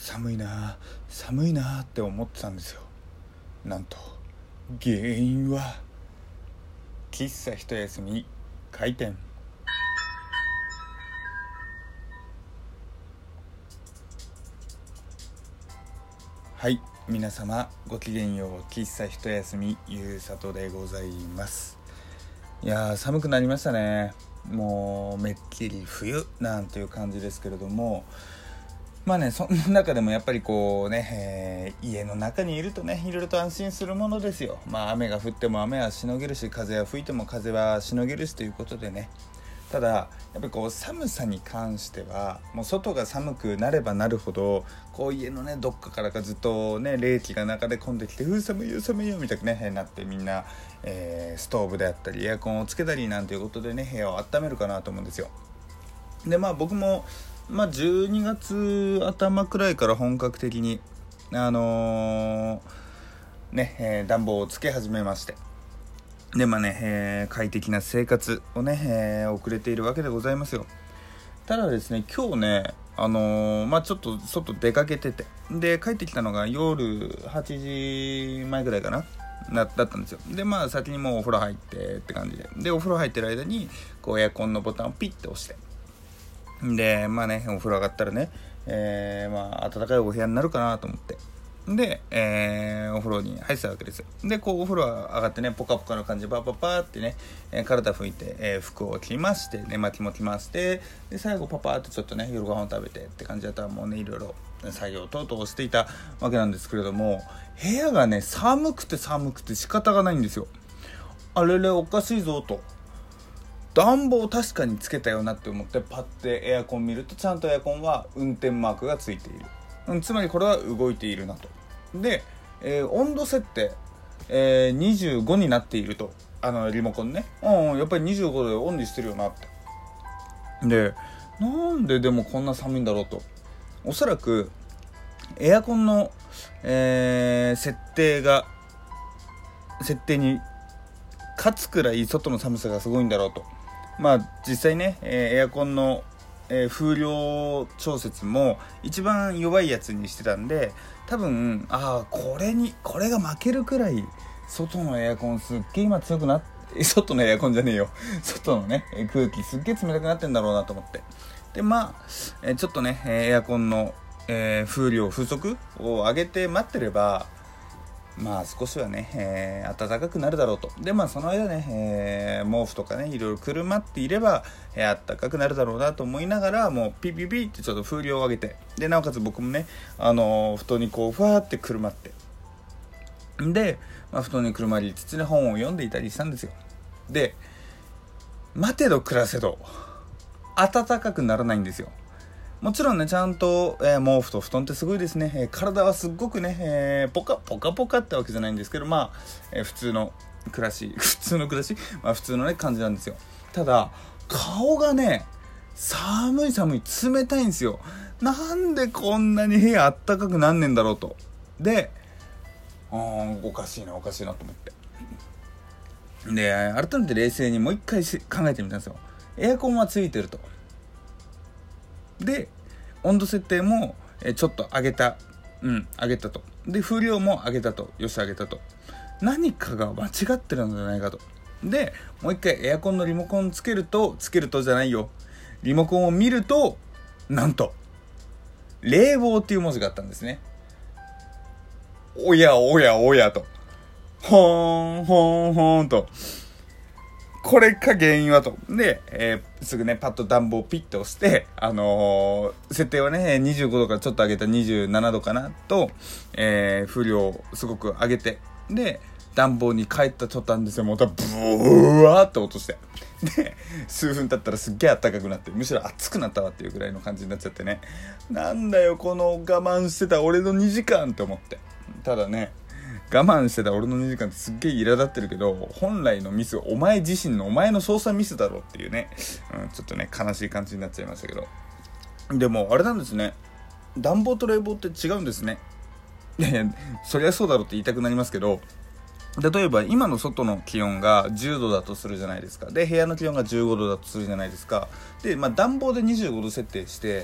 寒いなって思ってたんですよ。なんと原因は喫茶一休み開店。はい、皆様ごきげんよう。喫茶一休みゆうさとでございます。いやー、寒くなりましたね。もうめっきり冬なんていう感じですけれども、まあね、そんな中でもやっぱりこうね、家の中にいるとね、いろいろと安心するものですよ。まあ雨が降っても雨はしのげるし、風は吹いても風はしのげるしということでね。ただやっぱりこう寒さに関しては、もう外が寒くなればなるほど、こう家のねどっかからかずっとね冷気が流れ込んできて、寒いよ寒いよみたいなねなって、みんな、ストーブであったりエアコンをつけたりなんていうことでね、部屋を温めるかなと思うんですよ。で僕も12月頭くらいから本格的に暖房をつけ始めまして、で快適な生活をね、送れているわけでございますよ。ただですね、今日ねちょっと外出かけてて、で帰ってきたのが夜8時前ぐらいかなだったんですよ。で先にもうお風呂入ってって感じで、お風呂入ってる間にこうエアコンのボタンをピッて押して、でお風呂上がったらね、暖かいお部屋になるかなと思って、で、お風呂に入ってたわけですよ。でこうお風呂上がってね、ポカポカの感じでパーってね、体拭いて、服を着まして寝巻きも着まして、で最後パーってちょっとね夜ご飯を食べてって感じだったら、もうねいろいろ作業等々をしていたわけなんですけれども、部屋がね寒くて仕方がないんですよ。あれおかしいぞと、暖房確かにつけたよなって思ってパッてエアコン見ると、ちゃんとエアコンは運転マークがついている、つまりこれは動いているなと。で、温度設定、25になっていると、リモコンね、やっぱり25度でオンにしてるよなって。でなんででもこんな寒いんだろうと。おそらくエアコンの、設定に勝つくらい外の寒さがすごいんだろうと。実際ね、エアコンの、風量調節も一番弱いやつにしてたんで、多分これが負けるくらい外のエアコンすっげえ今強くなって、外のエアコンじゃねえよ外のね空気すっげえ冷たくなってんだろうなと思って、でちょっとねエアコンの、風速を上げて待ってれば少しはね、暖かくなるだろうと。でその間ね、毛布とかねいろいろくるまっていれば、暖かくなるだろうなと思いながら、もうピピピってちょっと風量を上げて、でなおかつ僕もね布団にこうふわーってくるまって、で、布団にくるまりつつね本を読んでいたりしたんですよ。で待てど暮らせど暖かくならないんですよ。もちろんねちゃんと、毛布と布団ってすごいですね、体はすっごくね、ポカってわけじゃないんですけど、普通の暮らし普通のね感じなんですよ。ただ顔がね寒い冷たいんですよ。なんでこんなに部屋あったかくなんねんだろうと。でおかしいなと思って、で改めて冷静にもう一回考えてみたんですよ。エアコンはついてると。で温度設定もちょっと上げたと。で風量も上げたと。何かが間違ってるのじゃないかと。でもう一回エアコンのリモコンつけるとじゃないよ、リモコンを見ると、なんと冷房っていう文字があったんですね。おやと、ほーんと、これか原因はと。で、すぐねパッと暖房をピッと押して、設定はね25度からちょっと上げた27度かなと、風量をすごく上げて、で暖房に帰った途端ですよ、またブワーって落として、で数分経ったらすっげえ暖かくなって、むしろ暑くなったわっていうぐらいの感じになっちゃってね、なんだよこの我慢してた俺の2時間って思って。ただね、我慢してた俺の2時間ってすっげえ苛立ってるけど、本来のミス、お前の操作ミスだろっていうね、ちょっとね悲しい感じになっちゃいましたけど、でもあれなんですね、暖房と冷房って違うんですね。いやそりゃそうだろって言いたくなりますけど、例えば今の外の気温が10度だとするじゃないですか。で部屋の気温が15度だとするじゃないですか。で暖房で25度設定して、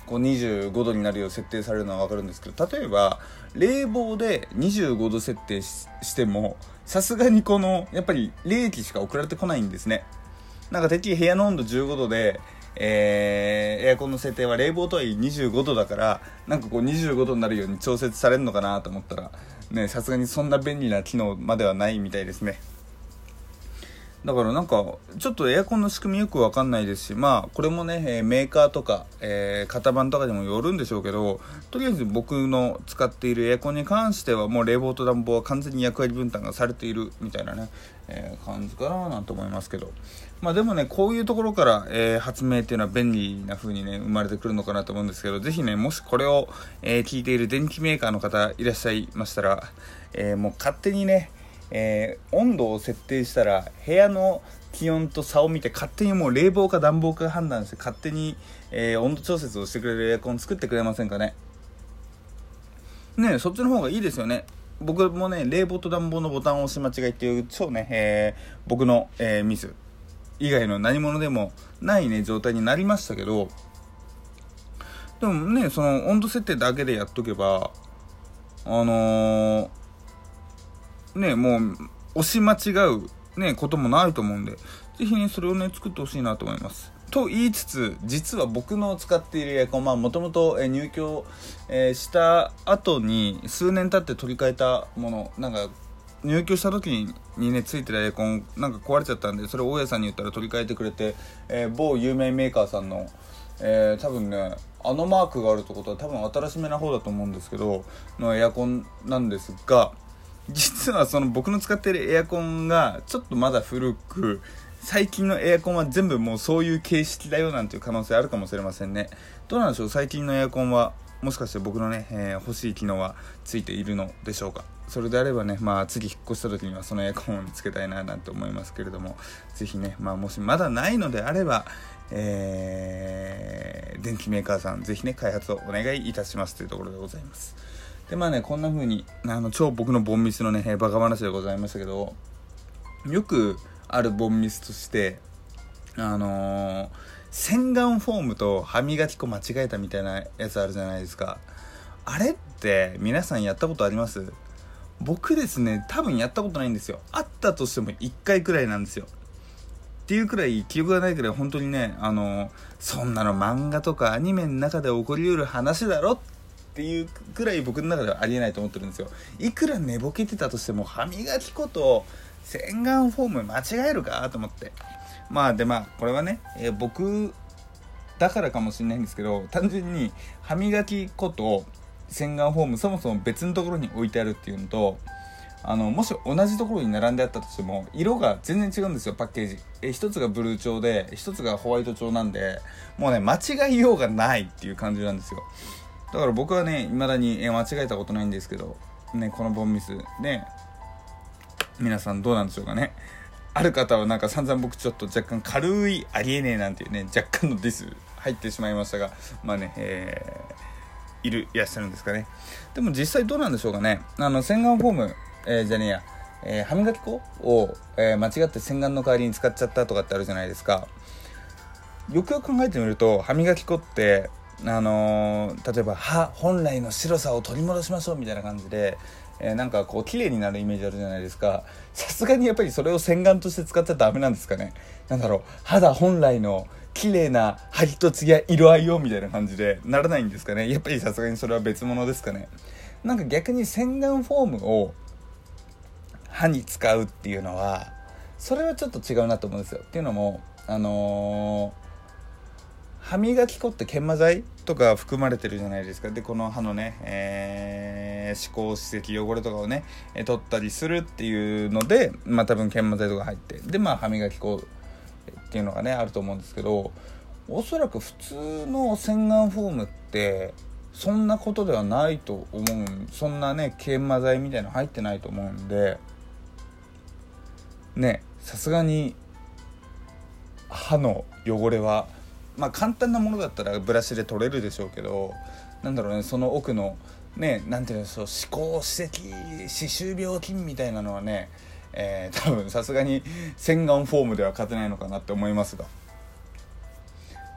こう25度になるよう設定されるのは分かるんですけど、例えば冷房で25度設定 してもさすがにこのやっぱり冷気しか送られてこないんですね。なんかてっきり部屋の温度15度で、エアコンの設定は冷房とはいえ25度だからなんかこう25度になるように調節されるのかなと思ったらね、さすがにそんな便利な機能まではないみたいですね。だからなんかちょっとエアコンの仕組みよくわかんないですし、まあこれもね、メーカーとか、型番とかでもよるんでしょうけど、とりあえず僕の使っているエアコンに関してはもう冷房と暖房は完全に役割分担がされているみたいなね、感じかななんて思いますけど、まあでもね、こういうところから、発明っていうのは便利な風にね生まれてくるのかなと思うんですけど、ぜひね、もしこれを、聞いている電気メーカーの方いらっしゃいましたら、もう勝手にね、温度を設定したら部屋の気温と差を見て勝手にもう冷房か暖房か判断して勝手に、温度調節をしてくれるエアコン作ってくれませんかね。ね、そっちの方がいいですよね。僕もね、冷房と暖房のボタンを押し間違いっていう超ね、僕の、ミス以外の何者でもないね状態になりましたけど、でもね、その温度設定だけでやっとけばね、もう押し間違う、ね、こともないと思うんで、ぜひねそれをね作ってほしいなと思います。と言いつつ、実は僕の使っているエアコンはもともと入居、した後に数年経って取り替えたもの、なんか入居した時にねついてるエアコンなんか壊れちゃったんで、それを大家さんに言ったら取り替えてくれて、某有名メーカーさんの、多分ねマークがあるってことは多分新しめな方だと思うんですけどのエアコンなんですが、実はその僕の使っているエアコンがちょっとまだ古く、最近のエアコンは全部もうそういう形式だよなんていう可能性あるかもしれませんね。どうなんでしょう、最近のエアコンはもしかして僕のね、欲しい機能はついているのでしょうか。それであればね、まあ次引っ越した時にはそのエアコンを見つけたいななんて思いますけれども、ぜひね、まあもしまだないのであれば、電気メーカーさんぜひね開発をお願いいたしますというところでございます。でまあね、こんな風に超僕のボンミスのねバカ話でございましたけど、よくあるボンミスとして洗顔フォームと歯磨き粉間違えたみたいなやつあるじゃないですか。あれって皆さんやったことあります？僕ですね、多分やったことないんですよ。あったとしても1回くらいなんですよ。っていうくらい記憶がないくらい本当にね、そんなの漫画とかアニメの中で起こりうる話だろっていうくらい僕の中ではありえないと思ってるんですよ。いくら寝ぼけてたとしても歯磨き粉と洗顔フォーム間違えるかと思って、まあこれはね、僕だからかもしれないんですけど、単純に歯磨き粉と洗顔フォームそもそも別のところに置いてあるっていうのと、もし同じところに並んであったとしても色が全然違うんですよ。パッケージ一つがブルー調で一つがホワイト調なんで、もうね間違いようがないっていう感じなんですよ。だから僕はね未だに間違えたことないんですけどね、このボンミスね、皆さんどうなんでしょうかね。ある方はなんか散々僕ちょっと若干軽いありえねえなんていうね若干のディス入ってしまいましたが、まあね、いらっしゃるんですかね。でも実際どうなんでしょうかね。洗顔フォーム、歯磨き粉を、間違って洗顔の代わりに使っちゃったとかってあるじゃないですか。よくよく考えてみると歯磨き粉って例えば歯本来の白さを取り戻しましょうみたいな感じで、なんかこう綺麗になるイメージあるじゃないですか。さすがにやっぱりそれを洗顔として使っちゃダメなんですかね。なんだろう、肌本来の綺麗な張りとツヤ色合いをみたいな感じでならないんですかね。やっぱりさすがにそれは別物ですかね。なんか逆に洗顔フォームを歯に使うっていうのはそれはちょっと違うなと思うんですよ。っていうのも歯磨き粉って研磨剤とか含まれてるじゃないですか。でこの歯のね、歯垢歯石汚れとかをね、取ったりするっていうので、まあ多分研磨剤とか入ってでまあ歯磨き粉っていうのがねあると思うんですけど、おそらく普通の洗顔フォームってそんなことではないと思う。そんなね研磨剤みたいなの入ってないと思うんでね、さすがに歯の汚れはまあ簡単なものだったらブラシで取れるでしょうけど、なんだろうね、その奥のね、なんていうんでしょう、歯垢歯石歯周病菌みたいなのはね、多分さすがに洗顔フォームでは勝てないのかなって思いますが、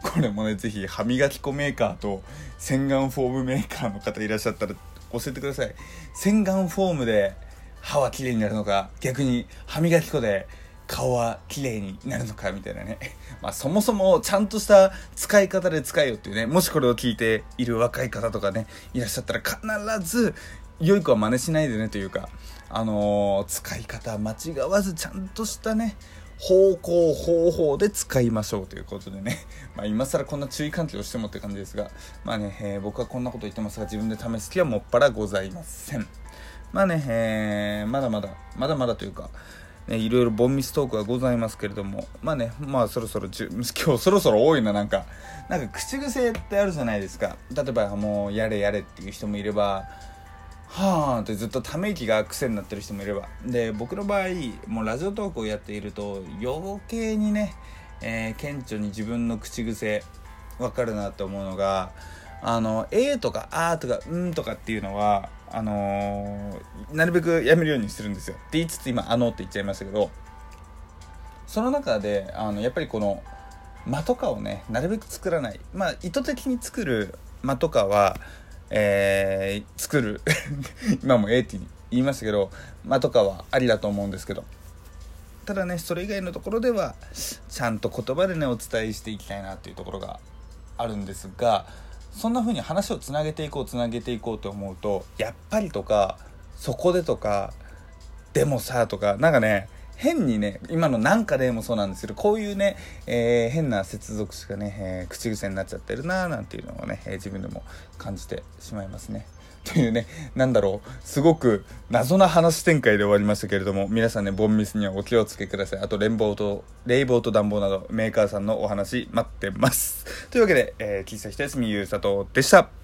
これもねぜひ歯磨き粉メーカーと洗顔フォームメーカーの方いらっしゃったら教えてください。洗顔フォームで歯は綺麗になるのか、逆に歯磨き粉で顔は綺麗になるのかみたいなねそもそもちゃんとした使い方で使えよっていうね、もしこれを聞いている若い方とかねいらっしゃったら必ず良い子は真似しないでねというか、使い方間違わずちゃんとしたね方法で使いましょうということでね、今更こんな注意喚起をしてもって感じですが、僕はこんなこと言ってますが自分で試す気はもっぱらございません。まだまだというか、いろいろボンミストークはございますけれども、そろそろ今日そろそろ多いな、なんか口癖ってあるじゃないですか。例えばもうやれやれっていう人もいれば、はーってずっとため息が癖になってる人もいれば、で僕の場合もうラジオトークをやっていると余計にね、顕著に自分の口癖わかるなと思うのが、とかあーとかとかっていうのはなるべくやめるようにするんですよって言いつつ今って言っちゃいましたけど、その中でやっぱりこの間とかをねなるべく作らない、意図的に作る間とかは作る今もって言いましたけど、間とかはありだと思うんですけど、ただねそれ以外のところではちゃんと言葉でねお伝えしていきたいなっていうところがあるんですが、そんな風に話をつなげていこうと思うと、やっぱりとかそこでとかでもさとか変にね、今のなんかでもそうなんですけど、こういうね、変な接続詞がね、口癖になっちゃってるななんていうのをね、自分でも感じてしまいますね。というね、すごく謎な話展開で終わりましたけれども、皆さんねボンミスにはお気をつけください。あと冷房と暖房などメーカーさんのお話待ってます。というわけで、喫茶ひとやすみゆうさとでした。